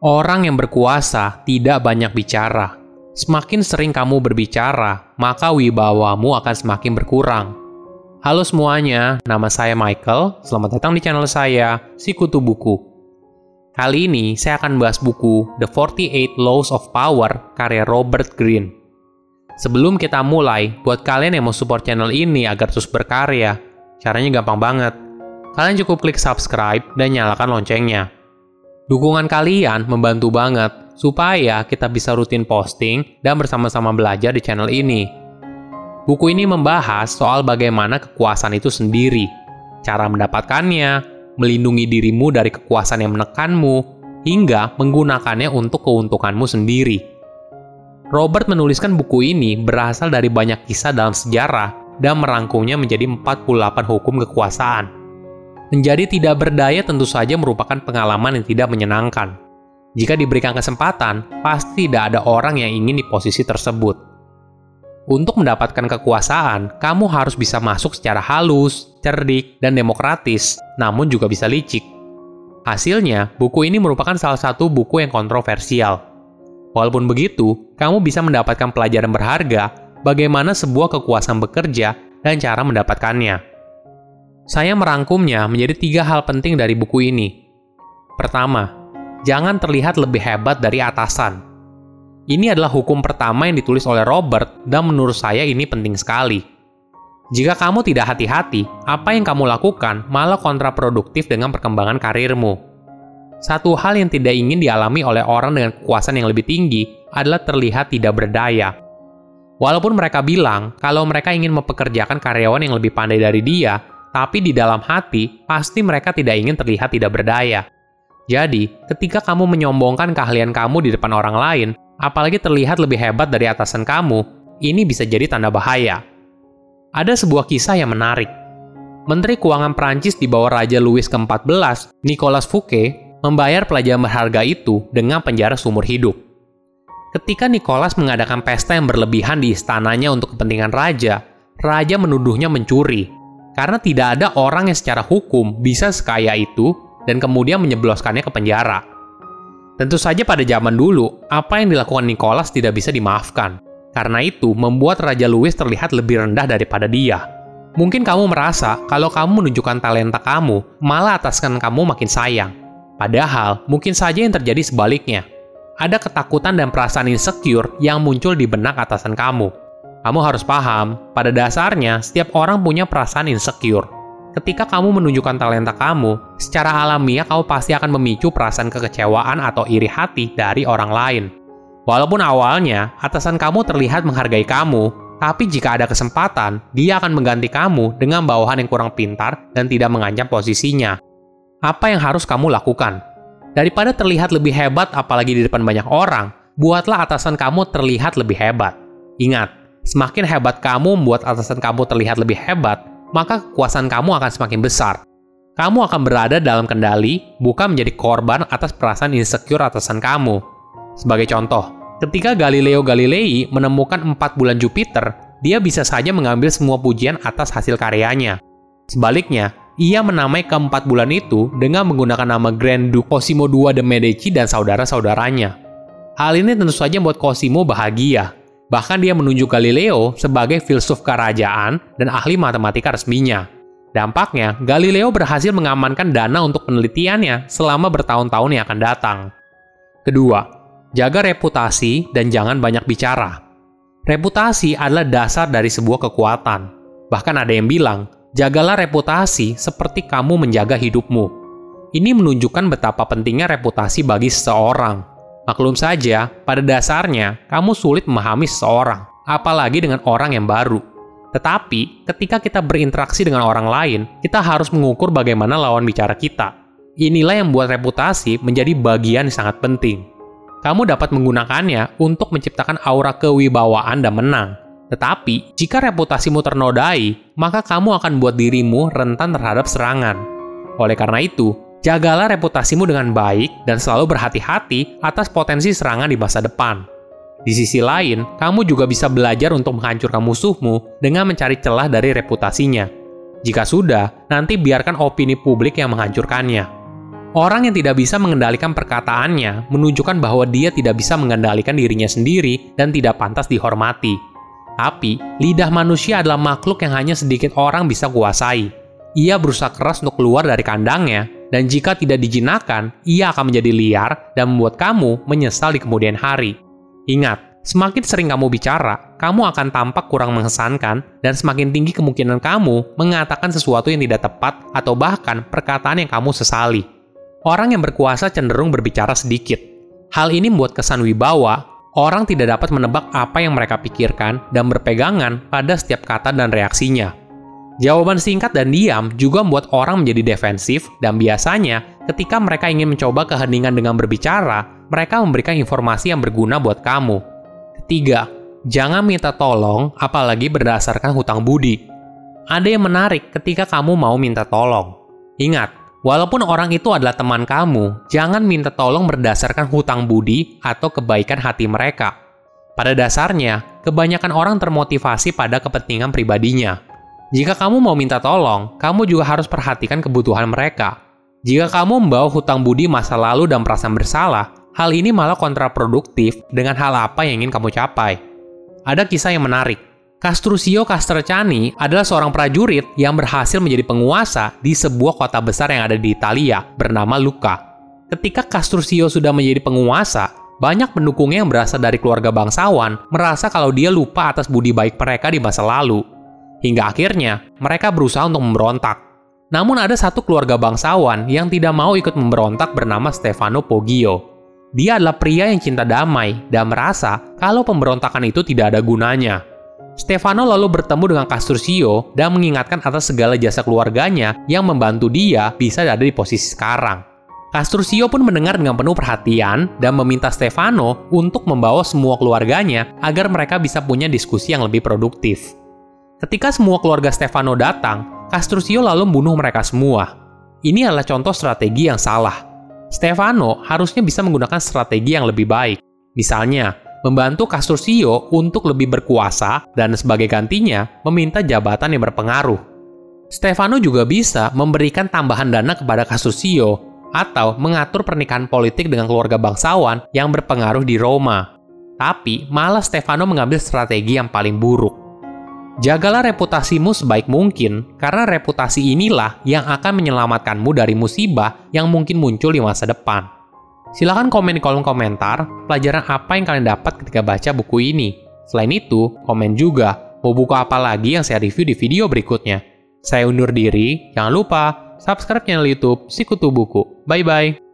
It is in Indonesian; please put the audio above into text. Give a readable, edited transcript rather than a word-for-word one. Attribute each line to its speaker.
Speaker 1: Orang yang berkuasa tidak banyak bicara. Semakin sering kamu berbicara, maka wibawamu akan semakin berkurang. Halo semuanya, nama saya Michael. Selamat datang di channel saya, Sikutu Buku. Kali ini saya akan bahas buku The 48 Laws of Power karya Robert Greene. Sebelum kita mulai, buat kalian yang mau support channel ini agar terus berkarya, caranya gampang banget. Kalian cukup klik subscribe dan nyalakan loncengnya. Dukungan kalian membantu banget supaya kita bisa rutin posting dan bersama-sama belajar di channel ini. Buku ini membahas soal bagaimana kekuasaan itu sendiri, cara mendapatkannya, melindungi dirimu dari kekuasaan yang menekanmu, hingga menggunakannya untuk keuntunganmu sendiri. Robert menuliskan buku ini berasal dari banyak kisah dalam sejarah dan merangkumnya menjadi 48 hukum kekuasaan. Menjadi tidak berdaya tentu saja merupakan pengalaman yang tidak menyenangkan. Jika diberikan kesempatan, pasti tidak ada orang yang ingin di posisi tersebut. Untuk mendapatkan kekuasaan, kamu harus bisa masuk secara halus, cerdik, dan demokratis, namun juga bisa licik. Hasilnya, buku ini merupakan salah satu buku yang kontroversial. Walaupun begitu, kamu bisa mendapatkan pelajaran berharga bagaimana sebuah kekuasaan bekerja dan cara mendapatkannya. Saya merangkumnya menjadi 3 hal penting dari buku ini. Pertama, jangan terlihat lebih hebat dari atasan. Ini adalah hukum pertama yang ditulis oleh Robert dan menurut saya ini penting sekali. Jika kamu tidak hati-hati, apa yang kamu lakukan malah kontraproduktif dengan perkembangan karirmu. Satu hal yang tidak ingin dialami oleh orang dengan kekuasaan yang lebih tinggi adalah terlihat tidak berdaya. Walaupun mereka bilang kalau mereka ingin mempekerjakan karyawan yang lebih pandai dari dia, tapi di dalam hati, pasti mereka tidak ingin terlihat tidak berdaya. Jadi, ketika kamu menyombongkan keahlian kamu di depan orang lain, apalagi terlihat lebih hebat dari atasan kamu, ini bisa jadi tanda bahaya. Ada sebuah kisah yang menarik. Menteri Keuangan Prancis di bawah Raja Louis ke-14, Nicolas Fouquet, membayar pelajaran berharga itu dengan penjara seumur hidup. Ketika Nicolas mengadakan pesta yang berlebihan di istananya untuk kepentingan raja, raja menuduhnya mencuri. Karena tidak ada orang yang secara hukum bisa sekaya itu dan kemudian menyebloskannya ke penjara. Tentu saja pada zaman dulu, apa yang dilakukan Nicholas tidak bisa dimaafkan. Karena itu, membuat Raja Louis terlihat lebih rendah daripada dia. Mungkin kamu merasa kalau kamu menunjukkan talenta kamu, malah atasan kamu makin sayang. Padahal, mungkin saja yang terjadi sebaliknya. Ada ketakutan dan perasaan insecure yang muncul di benak atasan kamu. Kamu harus paham, pada dasarnya setiap orang punya perasaan insecure. Ketika kamu menunjukkan talenta kamu, secara alamiah kamu pasti akan memicu perasaan kekecewaan atau iri hati dari orang lain. Walaupun awalnya, atasan kamu terlihat menghargai kamu, tapi jika ada kesempatan, dia akan mengganti kamu dengan bawahan yang kurang pintar dan tidak mengancam posisinya. Apa yang harus kamu lakukan? Daripada terlihat lebih hebat apalagi di depan banyak orang, buatlah atasan kamu terlihat lebih hebat. Ingat, semakin hebat kamu membuat atasan kamu terlihat lebih hebat, maka kekuasaan kamu akan semakin besar. Kamu akan berada dalam kendali, bukan menjadi korban atas perasaan insecure atasan kamu. Sebagai contoh, ketika Galileo Galilei menemukan 4 bulan Jupiter, dia bisa saja mengambil semua pujian atas hasil karyanya. Sebaliknya, ia menamai ke-4 bulan itu dengan menggunakan nama Grand Duke Cosimo II de' Medici dan saudara-saudaranya. Hal ini tentu saja membuat Cosimo bahagia. Bahkan dia menunjuk Galileo sebagai filsuf kerajaan dan ahli matematika resminya. Dampaknya, Galileo berhasil mengamankan dana untuk penelitiannya selama bertahun-tahun yang akan datang. Kedua, jaga reputasi dan jangan banyak bicara. Reputasi adalah dasar dari sebuah kekuatan. Bahkan ada yang bilang, jagalah reputasi seperti kamu menjaga hidupmu. Ini menunjukkan betapa pentingnya reputasi bagi seseorang. Maklum saja, pada dasarnya, kamu sulit memahami seseorang, apalagi dengan orang yang baru. Tetapi, ketika kita berinteraksi dengan orang lain, kita harus mengukur bagaimana lawan bicara kita. Inilah yang membuat reputasi menjadi bagian yang sangat penting. Kamu dapat menggunakannya untuk menciptakan aura kewibawaan dan menang. Tetapi, jika reputasimu ternodai, maka kamu akan buat dirimu rentan terhadap serangan. Oleh karena itu, jagalah reputasimu dengan baik dan selalu berhati-hati atas potensi serangan di masa depan. Di sisi lain, kamu juga bisa belajar untuk menghancurkan musuhmu dengan mencari celah dari reputasinya. Jika sudah, nanti biarkan opini publik yang menghancurkannya. Orang yang tidak bisa mengendalikan perkataannya menunjukkan bahwa dia tidak bisa mengendalikan dirinya sendiri dan tidak pantas dihormati. Tapi, lidah manusia adalah makhluk yang hanya sedikit orang bisa kuasai. Ia berusaha keras untuk keluar dari kandangnya, dan jika tidak dijinakkan, ia akan menjadi liar dan membuat kamu menyesal di kemudian hari. Ingat, semakin sering kamu bicara, kamu akan tampak kurang mengesankan, dan semakin tinggi kemungkinan kamu mengatakan sesuatu yang tidak tepat atau bahkan perkataan yang kamu sesali. Orang yang berkuasa cenderung berbicara sedikit. Hal ini membuat kesan wibawa, orang tidak dapat menebak apa yang mereka pikirkan dan berpegangan pada setiap kata dan reaksinya. Jawaban singkat dan diam juga membuat orang menjadi defensif dan biasanya ketika mereka ingin mencoba keheningan dengan berbicara, mereka memberikan informasi yang berguna buat kamu. Ketiga, jangan minta tolong apalagi berdasarkan hutang budi. Ada yang menarik ketika kamu mau minta tolong. Ingat, walaupun orang itu adalah teman kamu, jangan minta tolong berdasarkan hutang budi atau kebaikan hati mereka. Pada dasarnya, kebanyakan orang termotivasi pada kepentingan pribadinya. Jika kamu mau minta tolong, kamu juga harus perhatikan kebutuhan mereka. Jika kamu membawa hutang budi masa lalu dan perasaan bersalah, hal ini malah kontraproduktif dengan hal apa yang ingin kamu capai. Ada kisah yang menarik. Castruccio Castracani adalah seorang prajurit yang berhasil menjadi penguasa di sebuah kota besar yang ada di Italia bernama Lucca. Ketika Castruccio sudah menjadi penguasa, banyak pendukungnya yang berasal dari keluarga bangsawan merasa kalau dia lupa atas budi baik mereka di masa lalu. Hingga akhirnya, mereka berusaha untuk memberontak. Namun ada satu keluarga bangsawan yang tidak mau ikut memberontak bernama Stefano Poggio. Dia adalah pria yang cinta damai dan merasa kalau pemberontakan itu tidak ada gunanya. Stefano lalu bertemu dengan Castruccio dan mengingatkan atas segala jasa keluarganya yang membantu dia bisa ada di posisi sekarang. Castruccio pun mendengar dengan penuh perhatian dan meminta Stefano untuk membawa semua keluarganya agar mereka bisa punya diskusi yang lebih produktif. Ketika semua keluarga Stefano datang, Castruccio lalu membunuh mereka semua. Ini adalah contoh strategi yang salah. Stefano harusnya bisa menggunakan strategi yang lebih baik. Misalnya, membantu Castruccio untuk lebih berkuasa dan sebagai gantinya meminta jabatan yang berpengaruh. Stefano juga bisa memberikan tambahan dana kepada Castruccio atau mengatur pernikahan politik dengan keluarga bangsawan yang berpengaruh di Roma. Tapi malah Stefano mengambil strategi yang paling buruk. Jagalah reputasimu sebaik mungkin karena reputasi inilah yang akan menyelamatkanmu dari musibah yang mungkin muncul di masa depan. Silahkan komen di kolom komentar pelajaran apa yang kalian dapat ketika baca buku ini. Selain itu, komen juga mau buku apa lagi yang saya review di video berikutnya. Saya undur diri, jangan lupa subscribe channel YouTube Sikutu Buku. Bye-bye!